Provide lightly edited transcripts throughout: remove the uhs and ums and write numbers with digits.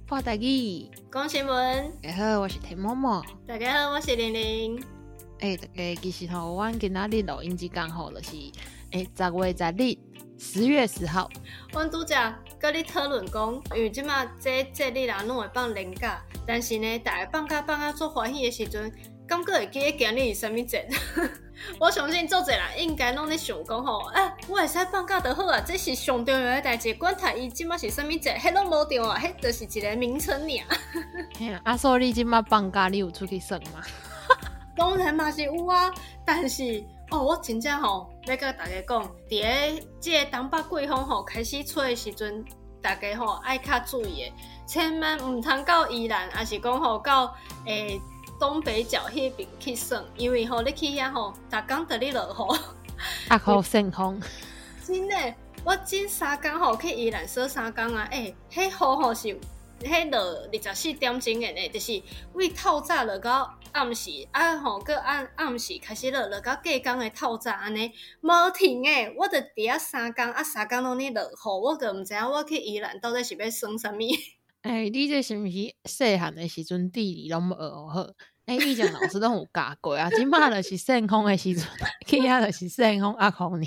报台语， 讲新闻。 大家好，我是田某某。 大家好，我是玲玲。 大家其实阮今仔日录音时间就是10月10日10月10号。 阮拄则跟你讨论讲，因为即马这节日啊，拢会放年假，但是呢，大家放假做欢喜的时阵，感觉会记得今日是啥物节？我相信做侪人应该拢咧想讲吼，我会使放假就好啊，这是上重要的代志。管他伊即马是啥物节，迄拢无重要，迄就是一个名称尔。 所以你即马放假，你有出去耍吗？ 当然嘛是有啊，但是我真正要甲大家讲，伫个即个东北季风开始吹的时阵，大家爱较注意的，千万唔通到宜兰，还是讲到东北角迄边去耍，因为你去遐逐工都咧落雨， 好旋风。 真的，我前3天去宜兰耍3天啊，迄雨是。迄落24点钟的，就是为透早落到暗时，搁暗时开始落到隔工的透早安尼，无停诶。我就伫遐3天，3天拢咧落雨，我就毋知影我去宜兰到底是要耍啥物。 你这是毋是细汉的时阵地理拢无学好？以前老师拢有教过啊，即马就是旋风的时阵，去遐就是旋风压雨尔。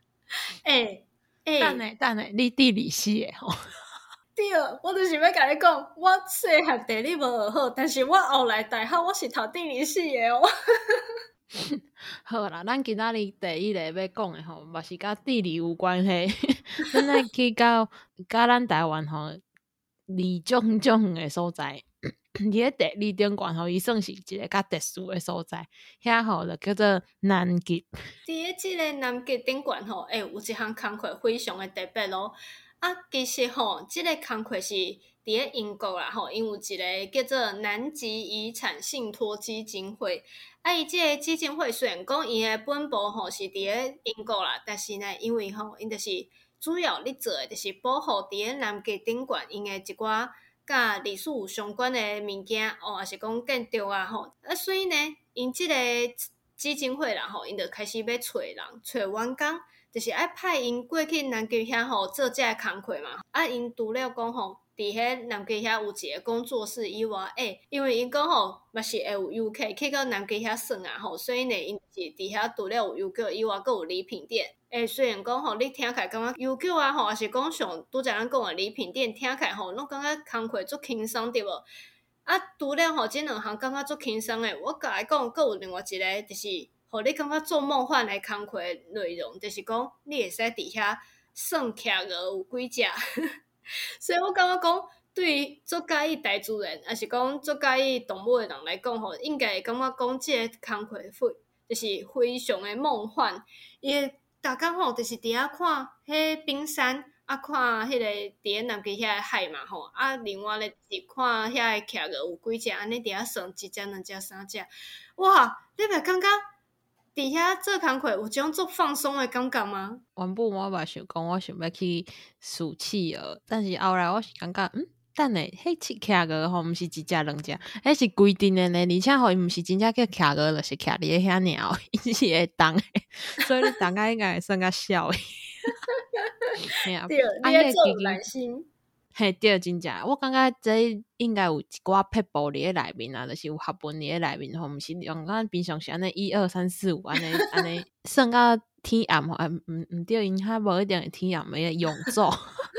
等下，你地理系的吼。 对，我就是要甲你讲，我细汉地理无学好，但是我后来大学我是读地理系的哦。 好啦，咱今仔日第一个要讲的嘛是甲地理有关系。咱来去到咱台湾离种种的所在，伫咧地理顶悬伊算是一个较特殊的所在，遐就叫做南极。 伫咧即个南极顶悬有一项工课非常的特别咯。其实这个工课是伫咧英国啦因为有一个叫做南极遗产信托基金会。伊这个基金会虽然讲伊的本部是伫咧英国啦，但是呢，因为因就是主要咧做的就是保护伫咧南极顶悬因的一寡甲历史有相关的物件还是讲建筑啊所以呢，因这个基金会啦因就开始要找人找员工。就是爱派因过去南极遐做这个工课嘛。因除了讲伫迄南极遐有一个工作室以外，因为因讲嘛是会有游客去到南极遐耍啊所以呢，因是伫遐除了有悠久以外，佫有礼品店。虽然讲你听起来感觉悠久啊还是讲像拄则咱讲的礼品店，听起来拢感觉工课足轻松对无？除了这两项感觉足轻松的，我甲你讲，佫有另外一个就是。你感觉做梦幻的工课内容，就是讲你会使伫遐算企鹅有几只，所以我感觉讲，对于足介意大自然，还是讲足介意动物的人来讲应该会感觉讲这个工课就是非常的梦幻。伊逐工就是伫遐看迄冰山，看迄个伫咧南极遐海嘛另外咧是看遐个企鹅有几只，安尼伫遐算1只、2只、3只，哇！你袂感觉？伫遐做工课有种足放松的感觉吗？ 原本我嘛想讲，我想要去数企鹅，但是后来我是感觉，等下迄企鹅毋是1只2只，迄是规定的呢，而且伊毋是真正叫企鹅，就是徛伫咧遐尔，伊是会动的，所以你大概应该会算较少的。 对，你咧做有耐心。 对，真正，我感觉这应该有一寡撇步伫咧内面啊，就是有学问伫咧内面毋是用咱平常时安尼1、2、3、4、5安尼算到天暗毋对，因遐无一定会天暗的永昼。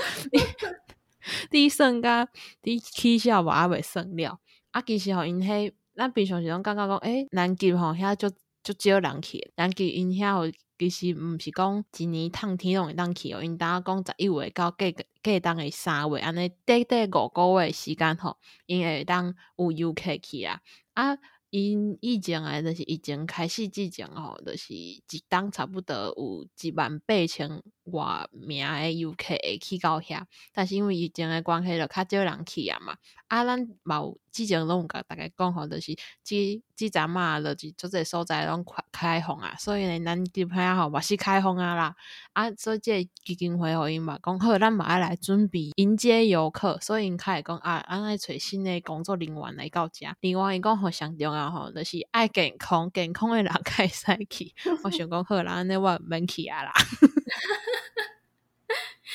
你算到你起笑无还袂算了。其实因迄咱平常时拢感觉讲，南极遐足少人去，南极因遐其实毋是讲一年透天拢会当去因当讲11月到隔当的3月安尼短5个月时间因会当有游客去啊。因以前就是以前开始之前就是一冬差不多有18000外名的游客会去到遐，但是因为疫情的关系就较少人去啊嘛。咱嘛有之前拢有甲大家讲就是这阵嘛就是足侪所在拢开放啊，所以呢咱这遐嘛是开放啊啦。所以这个基金会因嘛讲好，咱嘛要来准备迎接游客，所以因开始讲咱要找新的工作人员来到遮。另外因讲上重要就是爱健康的人才会使去。我想讲好啦，安尼我免去啊啦。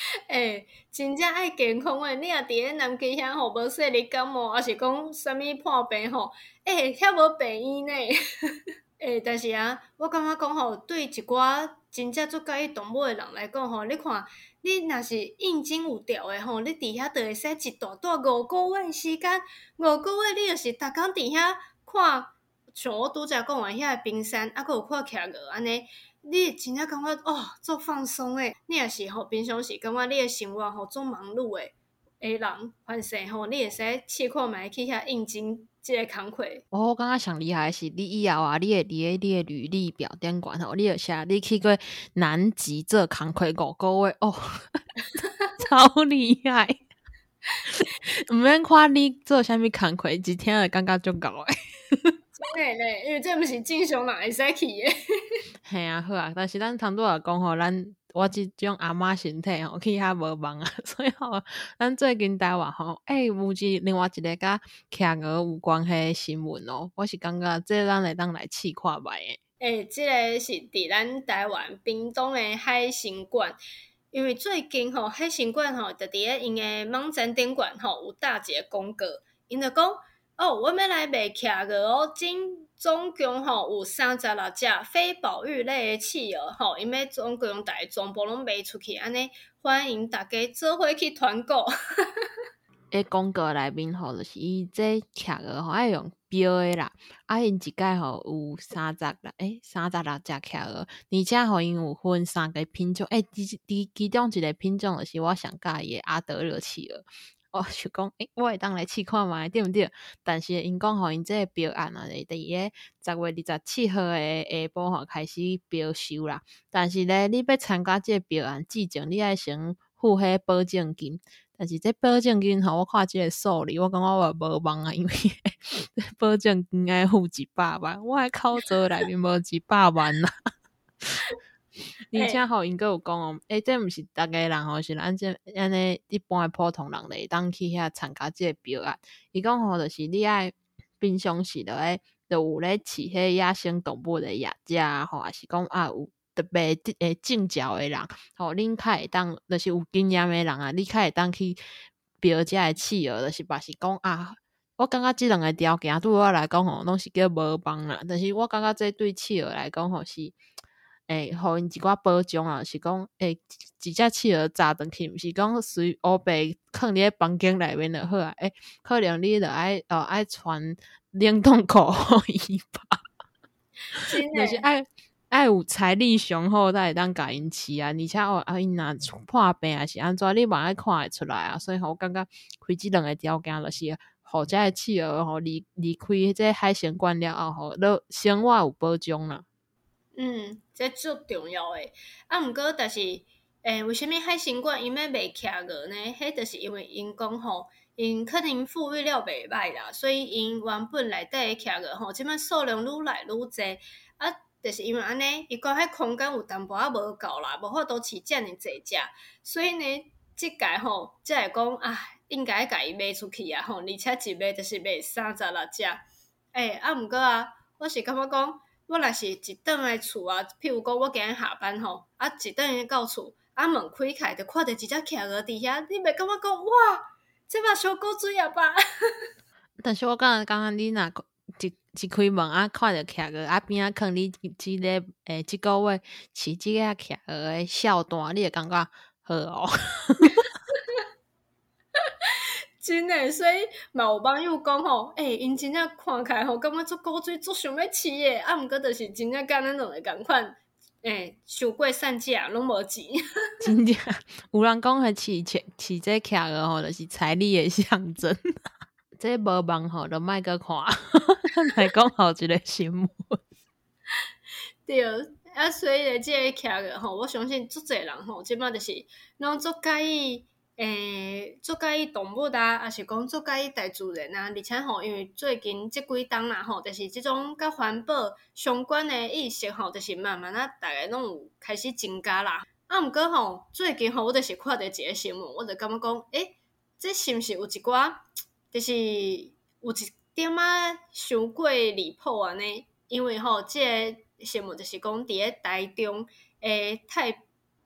真正爱健康诶！你若伫咧南极遐吼，无说你感冒，还是讲啥物破病吼，遐无病院呢。但是啊，我感觉讲吼，对一寡真正足介意动物诶人来讲吼，你看，你若是应景有调诶吼，你伫遐就会使一大带5个月时间，5个月你就是逐工伫遐看，像我拄则讲诶遐冰山，还佫有看企鹅安尼。你真正感觉足放松诶！你若是吼平常时感觉你诶生活吼足忙碌诶人，反正吼你会使试看觅去遐应征即个工课。 我感觉上厉害的是，你以后啊，你会伫咧你诶履历表顶悬吼，你会写你去过南极做工课5个月哦，超厉害！毋免看你做啥物工课，一听就感觉足够诶。 真诶呢，因为这毋是正常人会使去诶。 嘿啊，好啊，但是咱通拄也讲吼，我即种阿嬷身体吼去遐无望啊，所以吼，咱最近台湾吼，有另外一个甲企鹅有关系的新闻哦，我是感觉这咱会当来试看觅诶。 即个是伫咱台湾屏东诶海参馆，因为最近吼海参馆吼，就伫咧因诶网站顶悬吼有搭一个广告，因就讲我要来卖企鹅哦，总共吼有36只非保育类诶企鹅吼，因要总共大家全部拢卖出去，安尼欢迎大家做伙去团购。 广告内面吼，就是伊这企鹅吼爱用标诶啦，因一届吼有36只企鹅，而且吼因有分3个品种，其中一个品种就是我上喜欢诶阿德勒企鹅。我想讲，我会当来试看觅对毋对？但是因讲吼，因这个标案啊，伫咧10月27号诶下晡吼开始标收啦。但是咧，你要参加这个标案之前，你爱先付迄保证金。但是这保证金吼，我看即个数字，我感觉我无望啊，因为保证金爱付100万，我诶口座内面无100万啦。而且吼，因阁有讲哦，这毋是逐个人吼，是安尼一般诶普通人会当去遐参加即个标案。伊讲吼，就是你爱平常时就有咧饲迄野生动物诶业者吼，还是讲有特别证照诶人吼，恁较会当就是有经验诶人啊，你较会当去标遮诶企鹅，就是嘛是讲我感觉即2个条件对我来讲吼，拢是叫无望啦。但是我感觉这对企鹅来讲吼是。互因一寡保障啊，是讲一只企鹅砸转去，毋是讲随乌白囥伫咧房间内面就好啊。可能你就爱穿冷冻裤互伊吧，就是爱有财力雄厚，才会当甲因饲啊。而且因若破病还是安怎，你嘛爱看会出来啊。所以我感觉开即2个条件，就是互遮个企鹅吼离开这海参馆了后，吼都生活有保障啦。 这足重要诶。毋过，但是，为虾米海参馆因要卖企鹅呢？迄就是因为因讲吼，因可能富裕了袂歹啦，所以因原本内底诶企鹅吼，即摆数量愈来愈济。就是因为安尼，伊讲迄空间有淡薄无够啦，无法度饲遮尔济只，所以呢，即届吼，才会讲应该甲伊卖出去啊吼，而且一卖就是卖36只。毋过我是感觉讲。我若是一倒来厝啊，譬如讲我今日下班吼，一倒来到厝，门开开，就看到一只企鹅伫遐，你袂感觉讲哇，这嘛伤够水啊吧？ 但是我感觉你若一开门看着企鹅边囥你即个即个月饲即个企鹅诶孝单，你会感觉好哦。 真诶，所以嘛有网友讲吼，因真正看起来吼，感觉足古锥，足想要饲诶，毋过就是真正甲咱两个共款，伤过散价，拢无钱。 真正有人讲饲这企鹅吼，就是财力诶象征。这无望吼，就莫阁看。来讲好一个新闻。 对，所以咧，即个企鹅吼，我相信足侪人吼，即摆就是拢足介意。足介意动物啊，还是讲足介意大自然啊，而且吼，因为最近即几冬啦吼，就是即种甲环保相关的意识吼，就是慢慢大家拢有开始增加啦。毋过吼，最近吼，我就是看到一个新闻，我就感觉讲，这是毋是有一寡，就是有一点伤过离谱安尼？因为吼，即个新闻就是讲伫咧台中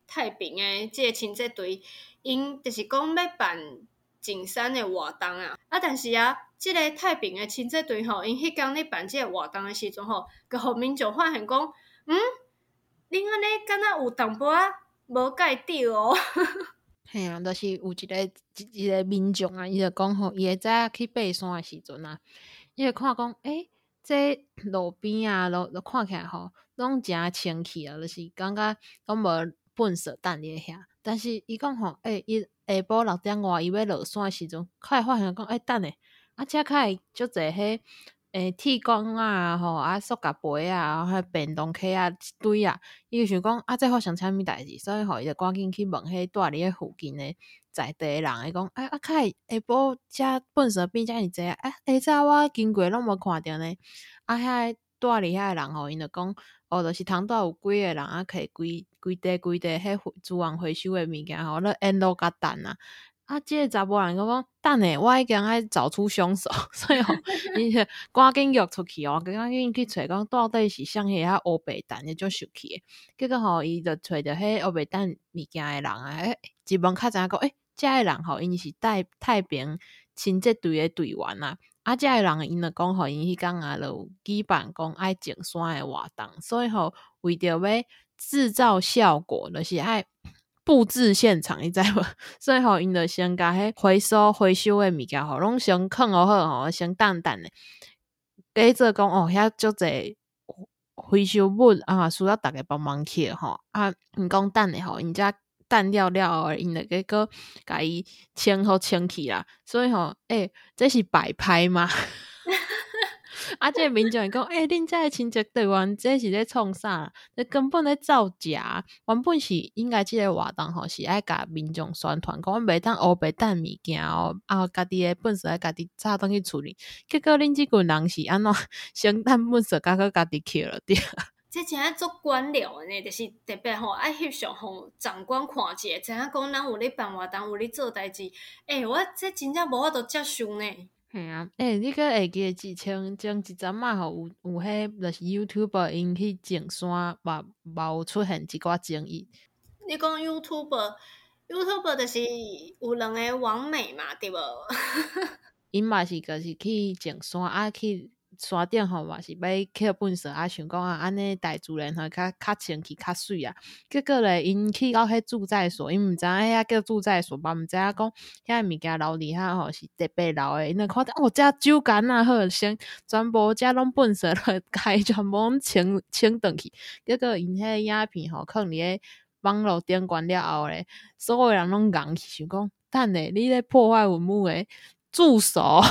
太平的即个亲戚队，因就是讲要办进山的活动啊，但是啊，即个太平的亲戚队吼，因迄天咧办即个活动的时阵吼，佮互民众发现讲，恁安尼敢若有淡薄仔无介着哦。 嘿啊，就是有一个民众啊，伊就讲吼，伊会知影去爬山的时阵啊，伊会看讲，这路边啊，都看起来吼，拢诚清气啊，就是感觉拢无粪扫等伫遐。但是伊讲吼，伊下晡6点外，伊要落山的时阵，较会发现讲，等下，遮较会足侪迄铁管啊，吼塑胶杯啊，迄便当盒啊，一堆啊，伊就想讲这发生啥物代志，所以伊就赶紧去问迄住伫咧附近的在地的人，伊讲较会下晡遮粪扫变遮尔济下早我经过拢无看着呢，遐住伫遐的人吼，因就讲就是通住有几个人摕规地迄资源回收的物件吼，咧沿路甲等啊。即个查甫人讲等下，我已经爱找出凶手，所以伊就赶紧约出去赶紧去找讲到底是啥遐乌白蛋的足生气的。结果伊就找着迄乌白蛋物件的人啊，一问较知影讲遮个人因是太平亲戚队的队员啊。遮个人因就讲因迄天就有举办讲爱进山的活动，所以为着要制造效果，就是爱布置现场，你知无？所以因就先甲迄回收的物件拢先放好先等咧。假做讲遐足侪回收物需要逐个帮忙捡因讲等咧因遮等了后，因就结果甲伊清起啦。所以这是摆拍吗？这个民众会讲恁遮的亲戚队员这是咧创啥？这根本咧造假。原本是应该即个活动是爱甲民众宣传讲袂当乌白等物件家己的粪扫家己插倒去处理。结果恁即群人是安怎先等粪扫家己捡了对。 这真爱做官僚呢，就是特别爱翕相长官看者，知影讲咱有咧办活动，有咧做代志。我这真正无法度接受呢。 你个会记得前一阵有迄就是 YouTuber 因去种山，有出现一寡争议。 你讲 YouTuber 就是有2个网美嘛，对无？ 因嘛是就是去种山去山顶嘛是要捡粪扫想讲安尼大自然较清气较水啊。结果咧因去到迄住宅所，因毋知影遐叫住宅所嘛，毋知影讲遐物件留伫遐是特别留的。因就看到遮酒干好先全部遮拢粪扫了，全部拢清转去。结果因迄影片放伫咧网络顶关了后咧，所有人拢硬去想讲等下你咧破坏文物诶，住手！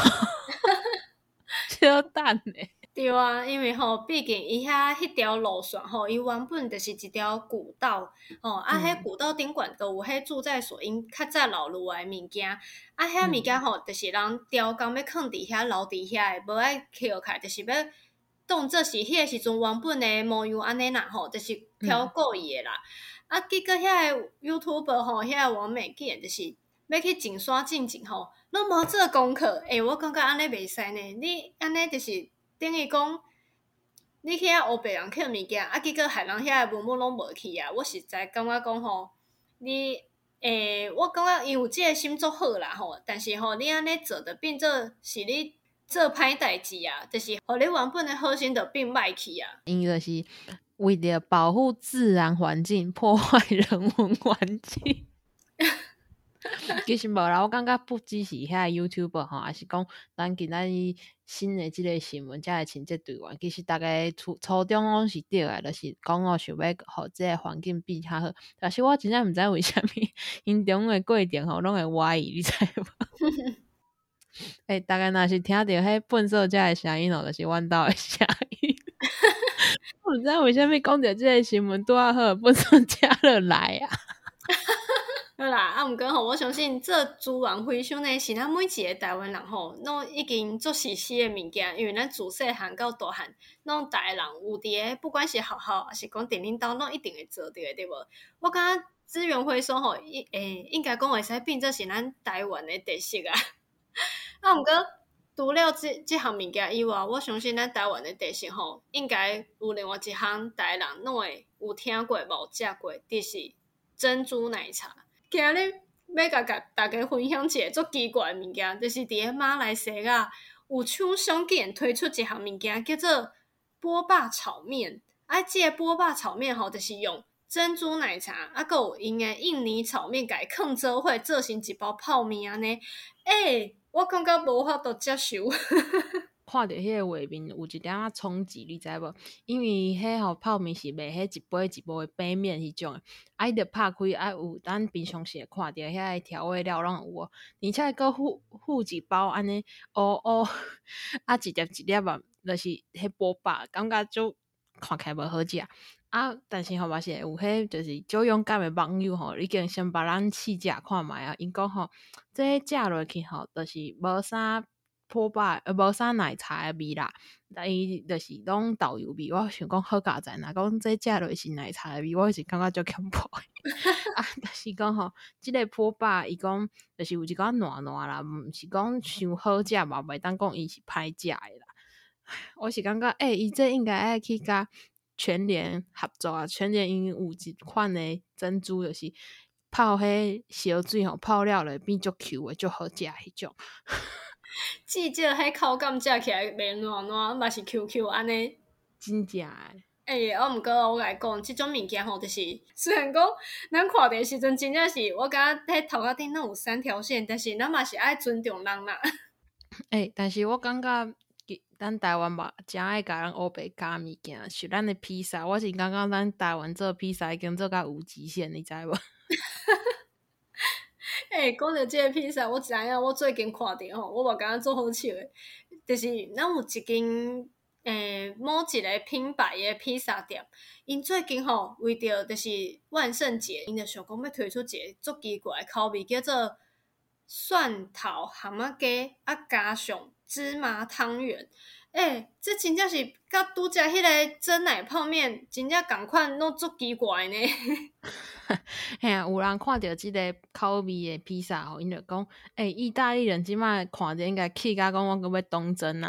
小等诶。 对啊，因为毕竟伊迄条路线伊原本就是一条古道迄古道顶管都有迄住宅所因较早留落来物件遐物件就是人雕工要放伫遐留伫遐诶，无爱捡开，就是要当做是迄个时阵原本诶模样安尼啦就是挑故意诶啦。结果遐个 YouTuber 遐个网美竟然就是要去种山种拢无做功课。我感觉安尼袂使呢，你安尼就是等于讲，你去遐乌白人捡物件结果害人遐个文物拢无去啊！我实在感觉讲你我感觉伊有即个心做好啦但是你安尼做就变做是你做歹代志啊，就是你原本的好心就变歹去啊。 因就是为了保护自然环境，破坏人文环境。其实无啦，我感觉不只是遐 YouTuber 也是讲咱今仔日新的即个新闻，遮个亲戚队员，其实大家初衷拢是对的，就是讲想要互即个环境变较好。但是我真正毋知为虾米因中的过程拢会歪意，你知无？大概若是听到迄粪扫遮的声音就是阮兜的声音。我毋知为虾米讲到即个新闻拄好，粪扫遮就来啊！ 好啦，毋过我相信这资源回收呢，是咱每一个台湾人拢已经做实施的物件，因为咱自细汉到大汉，拢逐个人有伫个，不管是学校还是讲伫恁兜，拢一定会做到的，对无？我感觉资源回收应该讲会使变做是咱台湾的特色啊。毋过除了即项物件以外，我相信咱台湾的特色应该有另外一项，逐个人拢会有听过、无食过，就是珍珠奶茶。今日要甲大家分享一个足奇怪的物件，就是伫咧马来西亚有厂商竟然推出一项物件叫做波霸炒面。这个波霸炒面吼，就是用珍珠奶茶，还有用的印尼炒面，甲伊放做伙，做成一包泡面安尼。我感觉无法度接受。 看到迄个画面有一点仔冲击，你知无？因为迄吼泡面是卖迄一杯一杯的杯面迄种的，伊着拍开有咱平常时会看到遐个调味料拢有而且佫附一包安尼乌乌一粒一粒啊，就是迄波霸，感觉就看起来无好食但是嘛是有迄就是足勇敢的网友已经先把咱试食看卖因讲这食落去就是无啥波霸无啥奶茶的味啦，但伊就是拢豆油味。我想讲好佳哉，若讲这食落是奶茶的味，我是感觉足恐怖但是讲即个波霸伊讲就是有一寡烂烂啦，毋是讲伤好食嘛，袂当讲伊是歹食的啦。我是感觉伊这应该爱去甲全联合作全联因有一款的珍珠就是泡迄烧水泡了就变足 Q 的足好食迄种至少迄口感食起来袂烂烂，嘛是 QQ 安尼。 真正的。毋过我甲你讲，即种物件就是虽然讲咱看的时阵真正是我感觉迄头壳顶拢有3条线，但是咱嘛是爱尊重人啦。 但是我感觉咱台湾嘛真爱甲咱欧北加物件，像咱的披萨，我是感觉咱台湾做披萨已经做到有极限，你知无？ 讲到这个披萨，我知影我最近看到我嘛感觉做好笑的，就是咱有一间某一个品牌的披萨店，因最近为着就是万圣节，因就想讲要推出一个足奇怪的口味，叫做蒜头蛤蟆鸡加上芝麻汤圆。这真正是甲拄则迄个真奶泡面真正同款，拢足奇怪呢。 嘿有人看到即个口味的披萨因就讲意大利人即摆看着应该气甲讲我阁要当真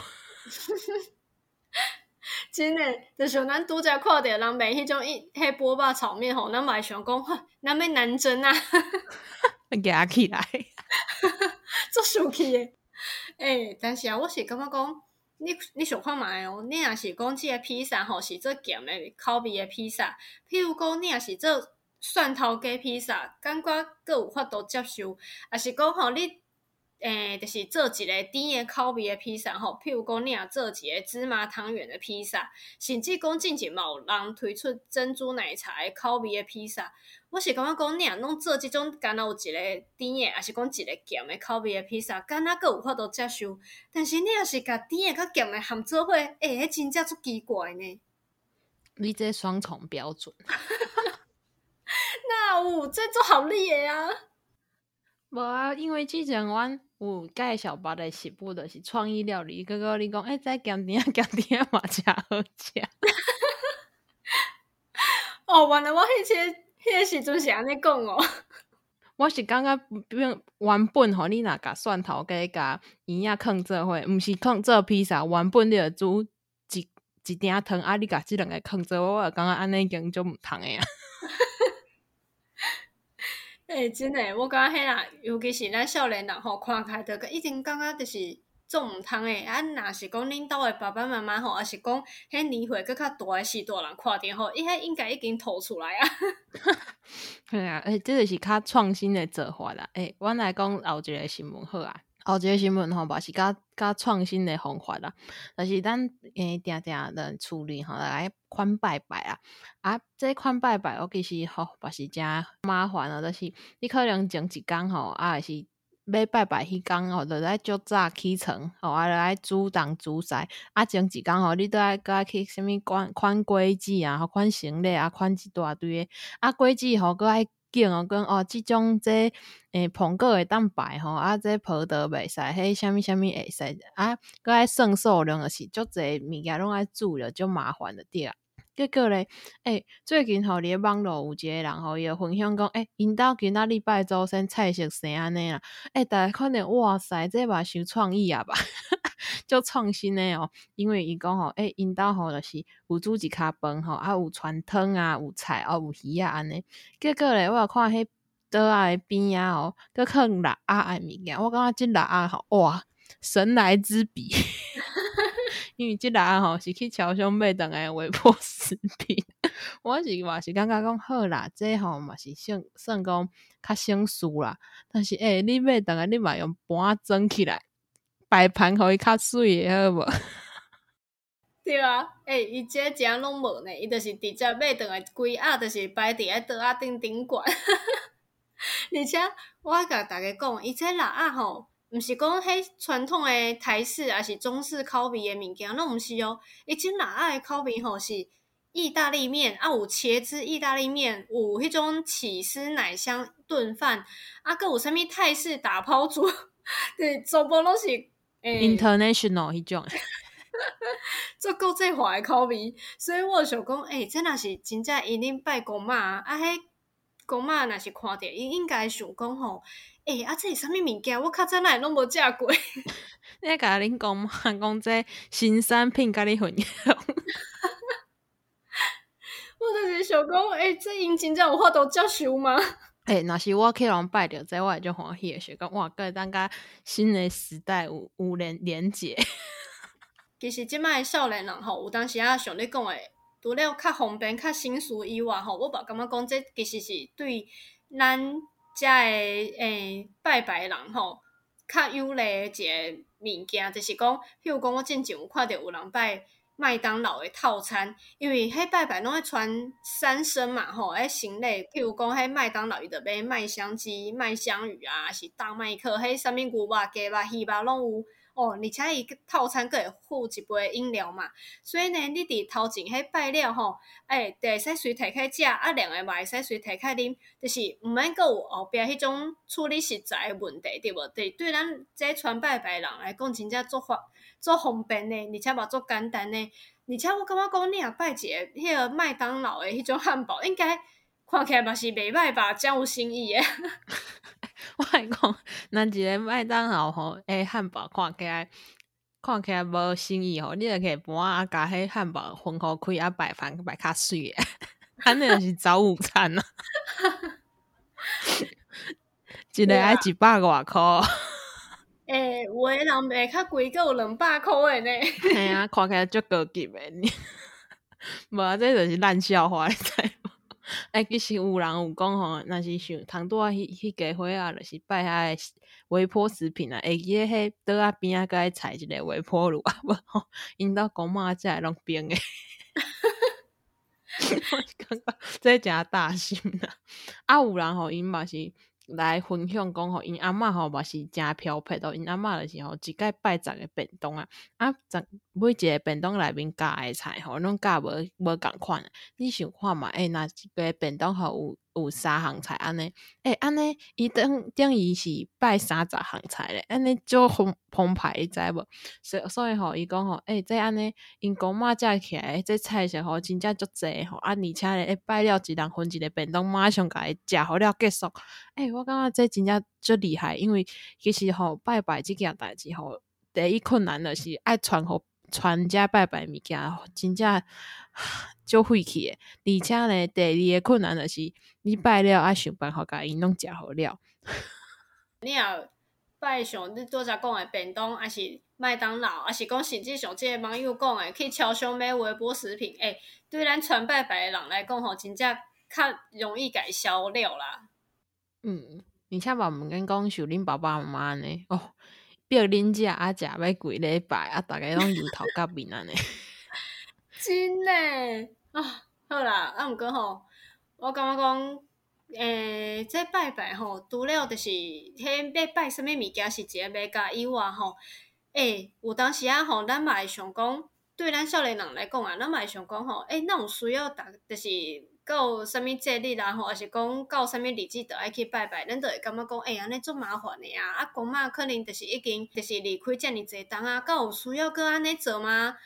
真的，就像咱拄则看到人卖迄种迄波霸炒面咱嘛会想讲咱要南征啊夹起来足生气的但是我是感觉讲你想看卖你若是讲即个披萨是做咸的口味的披萨，譬如讲你若是做蒜头鸡披萨，感觉佫有法度接受，也是讲你就是做一个甜的口味的披萨譬如讲你若做一个芝麻汤圆的披萨，甚至讲近期嘛有人推出珍珠奶茶的口味的披萨，我是感觉讲你若拢做即种敢若有一个甜的，也是讲一个咸的口味的披萨，敢若佫有法度接受。但是你若是甲甜的甲咸的含做伙，迄真正足奇怪呢。 你这双重标准哪有这足合理的啊？ 无因为之前阮有介绍别的食物，就是创意料理，结果你讲这咸甜咸甜嘛真好食原来我迄个时阵是安尼讲我是感觉原本你若甲蒜头鸡甲圆仔放做伙，毋是放做披萨，原本你就煮一鼎汤你甲即两个放做伙，我就感觉安尼已经足毋通的真的，我感觉迄啦，尤其是咱少年人看起来就一定感觉就是做毋通的若是讲恁兜的爸爸妈妈也是讲迄年岁佫较大的时大人看到伊迄应该已经吐出来啊对啊，这就是较创新的做法啦。阮来讲后一个新闻好啊，后一个新闻嘛是较创新的方法啦，就是咱定定人厝里来款拜拜这款拜拜我其实嘛是真麻烦就是你可能前一天还是要拜拜迄天就来足早起床就来煮东煮西前一天你都爱去什么款果子款行李款一大堆的果子佫爱拣讲即种这苹果会当摆这葡萄袂使迄什么什么会使佫爱算数量，就是足侪物件拢爱煮了足麻烦的对结果咧，最近吼伫咧网络有一个人吼，伊就分享讲，因兜今仔日拜祖先菜色生安尼啦，大家看到哇塞，这嘛伤创意啊吧，足创新诶哦，因为伊讲吼，因兜吼就是有煮一卡饭吼，有传汤啊，有菜有鱼啊安尼，结果咧，我有看迄桌仔诶边啊吼，佮放辣鸭诶物件，我感觉即辣鸭吼，哇，神来之笔。因为即个吼是去超商买回来微波食品，我嘛是感觉讲好啦，这吼嘛是算讲较省事啦。但是你买回来你嘛用盘装起来，摆盘互伊较水诶，好无？ 对啊，伊这怎拢无呢？伊就是直接买回来规鸭，就是摆伫咧桌仔顶管。而且我甲大家讲，伊这辣鸭吼，毋是讲迄传统诶台式还是中式烤味诶物件，拢毋是哦。伊这辣鸭诶烤味吼是意大利面啊，有茄子意大利面，有迄种起司奶香炖饭，啊，佮有啥物泰式打抛猪，对，全部拢是 international 迄种。 做国际化诶口味，所以我想讲，这若是真正因恁拜公妈啊，迄公妈若是看着，伊应该想讲吼，这是啥物物件？我较早哪会拢无食过。 你甲恁公妈讲这新产品甲你分享， 我就是想讲，这因真正有法度接受吗？ 若是我去人拜着这，我会足欢喜诶，想讲哇，个当甲新诶时代有连结。 其实即摆少年人吼，有当时啊像你讲诶，除了较方便、较省事以外吼，我嘛感觉讲这其实是对咱遮诶拜拜人吼较有利诶一个物件，就是讲，譬如讲我之前有看到有人拜麦当劳诶套餐，因为迄拜拜拢会传三牲嘛吼，行礼，譬如讲迄麦当劳伊就买麦香鸡、麦香鱼啊，是大麦克，迄啥物牛肉、鸡肉、鱼肉拢有。而且伊套餐佫会附一杯饮料嘛，所以呢，你伫头前迄拜了吼，就会使随摕起食，啊，另外嘛会使随摕起啉，就是毋免佫有后壁迄种处理食材诶问题，对无？对咱这传拜拜人来讲，真正做方便呢，而且嘛做简单呢，而且我感觉讲，你若拜一个迄个麦当劳诶迄种汉堡，应该看起来嘛是袂歹吧，真有诚意诶。 我来讲，咱一个麦当劳吼，汉堡看起来无新意吼，你就摕盘啊，甲迄汉堡分开开啊，摆盘摆较水诶，安尼就是早午餐啊，一个爱100外箍。 有诶人卖较贵，佫有200箍诶呢。 嘿啊，看起来足高级诶，无啊，这就是烂笑话，你知无？其实有人有讲吼，若是想通拄仔迄家伙啊，就是拜遐个微波食品啊，会记迄桌仔边仔甲伊插一个微波炉啊，无吼，因兜公妈才会拢冰诶。我感觉这真大心啦！有人吼，因嘛是来分享讲吼，因阿嬷吼嘛是真漂泊哦，因阿嬷就是吼一届拜10个便当啊，每一个便当内面加诶菜吼，拢加无共款。你想看嘛？若一个便当吼有3项菜安尼，安尼伊等于是拜30项菜咧，安尼足澎湃，你知无？所以吼，伊讲吼，这安尼因公妈食起来，这菜色吼真正足济吼，而且咧拜了一人分一个便当，马上甲伊食好了结束。我感觉这真正足厉害，因为其实吼拜拜即件代志吼，第一困难的是爱传遮拜拜物件，真正足费气诶。而且呢，第二个困难的是你拜了爱想办法甲因拢食好了。 你若拜上你拄则讲诶便当，还是麦当劳，还是讲甚至像即个网友讲诶去超商买微波食品，对咱传拜拜诶人来讲吼，真正较容易甲伊消了啦。 而且嘛毋免讲像恁爸爸妈妈安尼哦，逼恁食啊食要几礼拜啊，逐个拢油头壳面安尼。 真诶啊，好啦，毋过吼，我感觉讲，这拜拜吼，除了就是迄要拜啥物物件是一个买家以外吼，有当时啊吼，咱嘛会想讲，对咱少年人来讲啊，咱嘛会想讲吼，咱有需要就是到啥物节日啊吼，还是讲到啥物日子就爱去拜拜，咱就会感觉讲，安尼足麻烦诶啊，公妈可能就是已经就是离开遮尔济冬啊，敢有需要搁安尼做吗？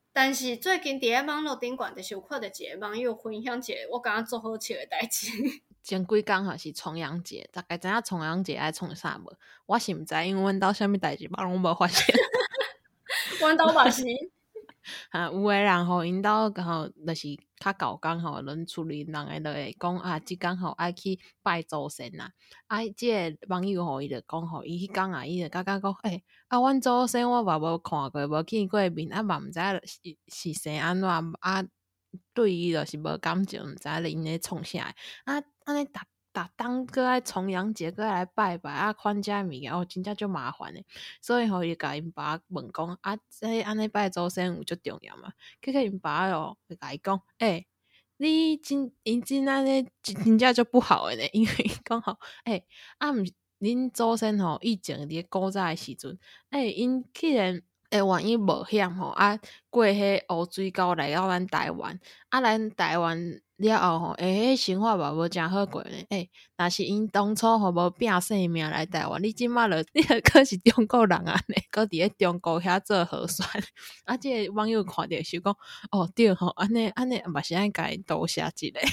但是最近伫咧网络顶管，就是有看到一个网友分享一个我感觉做好笑的代志。 前几工吼是重阳节，大概知影重阳节爱创啥无？我是毋知，因为阮兜啥物代志，我拢无发现。 阮兜嘛是。 有诶人吼，因兜吼就是较搞工吼，恁厝里人诶就会讲啊，即工吼爱去拜祖先啦。啊，即个网友吼，伊就讲吼，伊迄工啊，伊就感觉讲，阮祖先我嘛无看过，无见过面，啊嘛毋知是生安怎啊，对伊就是无感情，毋知因咧创啥。啊，安尼逐当搁爱重阳节搁来拜拜啊，款遮物件真正足麻烦诶。所以吼，伊甲因爸问讲啊，这安尼拜祖先有足重要嘛？结果因爸就甲伊讲，你因真安尼真正足不好诶呢，因为伊讲吼，毋是恁祖先吼以前伫古早诶时阵，因既然会愿意冒险吼，啊过迄乌水沟来到咱台湾，啊咱台湾了后吼，迄生活嘛无诚好过呢。若是因当初吼无拼性命来台湾，你即马你可是中国人啊呢，搁伫咧中国遐做核酸。啊，即个网友看着想讲，对吼，安尼嘛是爱甲因多谢一个。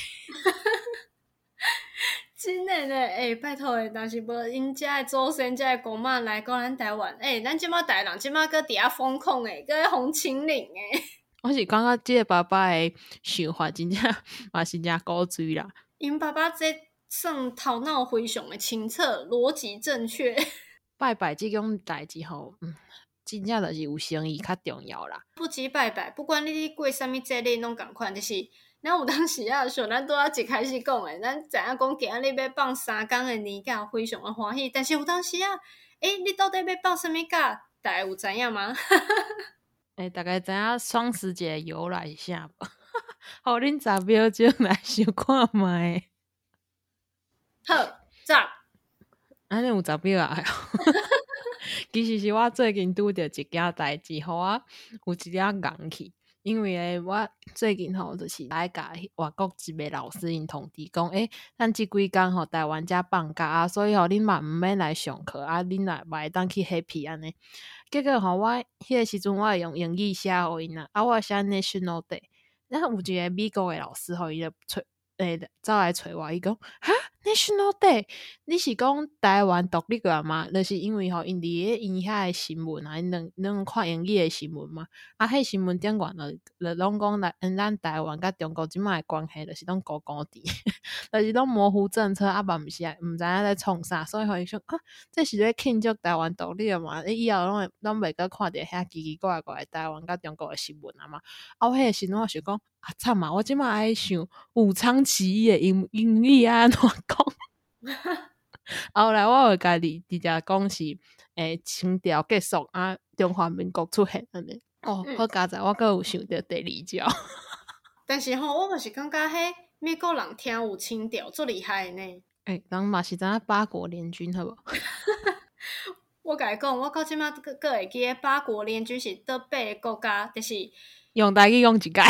真诶呢，拜托诶，若是无因遮诶祖先、遮诶公妈来到咱台湾，咱即马台人即马搁伫遐封控诶，搁咧封清零诶。 我是感觉即个爸爸诶想法真正嘛是真古锥啦。 因爸爸这算头脑非常诶清澈，逻辑正确。 拜拜即种代志吼，真正就是有诚意较重要啦。 不止拜拜，不管你过啥物节日拢共款，就是咱有当时啊，像咱拄仔一开始讲诶，咱知影讲今仔日要放3天诶年假，非常诶欢喜。但是有当时啊，你到底要放啥物假？大家有知影吗？ 大概知影双十节由来是啥无？互恁10秒钟来想看觅。 好，10。 安尼有10秒啊？其实是我最近拄着一件代志，互我有一点硬气。因为我最近吼就是来甲外国一个老师因通知讲，咱即几工吼台湾遮放假啊，所以吼恁嘛毋免来上课啊，恁也嘛会当去 happy 安尼。结果吼我迄个时阵我会用英语写互因啊，我写 National Day， 然后有一个美国的老师吼伊就走来找我，伊讲哈 National Day， 你是讲台湾独立个吗？就是因为吼因伫因遐的新闻啊，因拢看英语的新闻嘛，啊，迄新闻顶悬就拢讲咱台湾甲中国即摆的关系，就是拢高高低，就是拢模糊政策，啊嘛毋知影在创啥，所以互伊说啊，这是咧庆祝台湾独立嘛？以后拢袂阁看着遐奇奇怪怪的台湾甲中国的新闻啊嘛。啊，我迄个时阵我想讲啊，惨啊！我即摆爱想武昌起义的英语安怎讲？后来我有家己直接讲是清朝结束啊，中华民国出现安尼。好佳哉，我阁有想到第2招。 但是吼，我嘛是感觉迄美国人听有清调足厉害呢。 人嘛是知影八国联军好无？ 我甲你讲，我到即摆阁会记得八国联军是倒8个国家，就是用台语讲一届。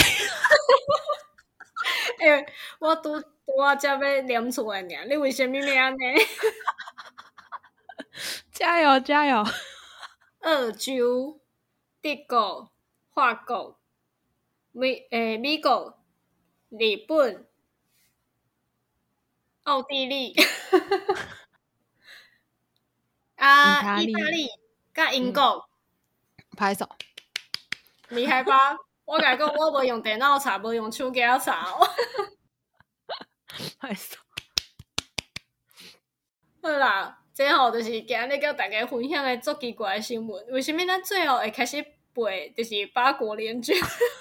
我拄啊才要念出来尔，你为什么要安尼？ 加油加油！ 澳洲、德国、法国、美国、日本、奥地利啊，意大利甲英国， 拍手， 厉害吧？我甲你讲，我无用电脑查，无用手机查哦。 拍手。 好啦，这吼就是今日甲大家分享的足奇怪的新闻。为什么咱最后会开始背就是八国联军？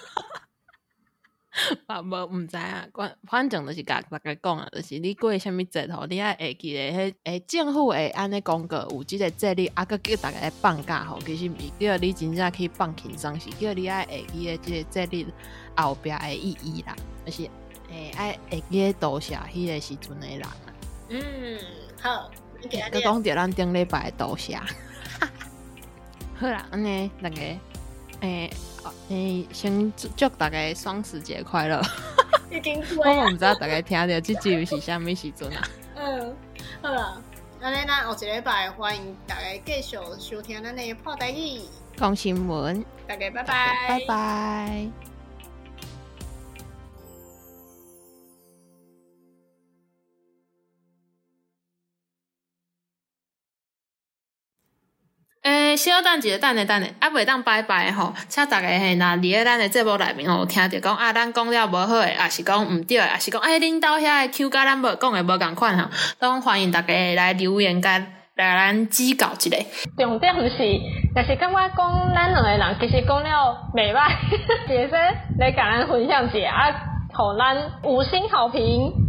毋知影，反正就是甲大家讲啊，就是你过啥物节吼，你爱会记得政府会安尼公告有即个节日，啊，佮叫大家放假吼，其实毋是叫你真正去放轻松，是叫你爱会记得即个节日后壁的意义啦，就是爱会记得多谢迄个时阵的人啦。 好， 佮讲着咱顶礼拜的多谢。好啦，安尼大家先祝大家双十节快乐。 已经过我毋知大家听到这集是啥物时阵啊？ 好啦，安尼咱后一礼拜欢迎大家继续收听咱的破台语。 讲新闻， 大家拜拜， 拜拜。 小等一下，等下，袂当拜拜吼，请大家若伫咧咱的节目内面吼，听着讲咱讲了无好诶，也是讲毋对诶，也是讲恁兜遐诶 Q 甲咱无讲诶无共款吼，拢欢迎大家来留言甲来咱指教一下。 重点是，若是感觉讲咱两个人其实讲了袂歹，会使来甲咱分享一下，互咱5星好评。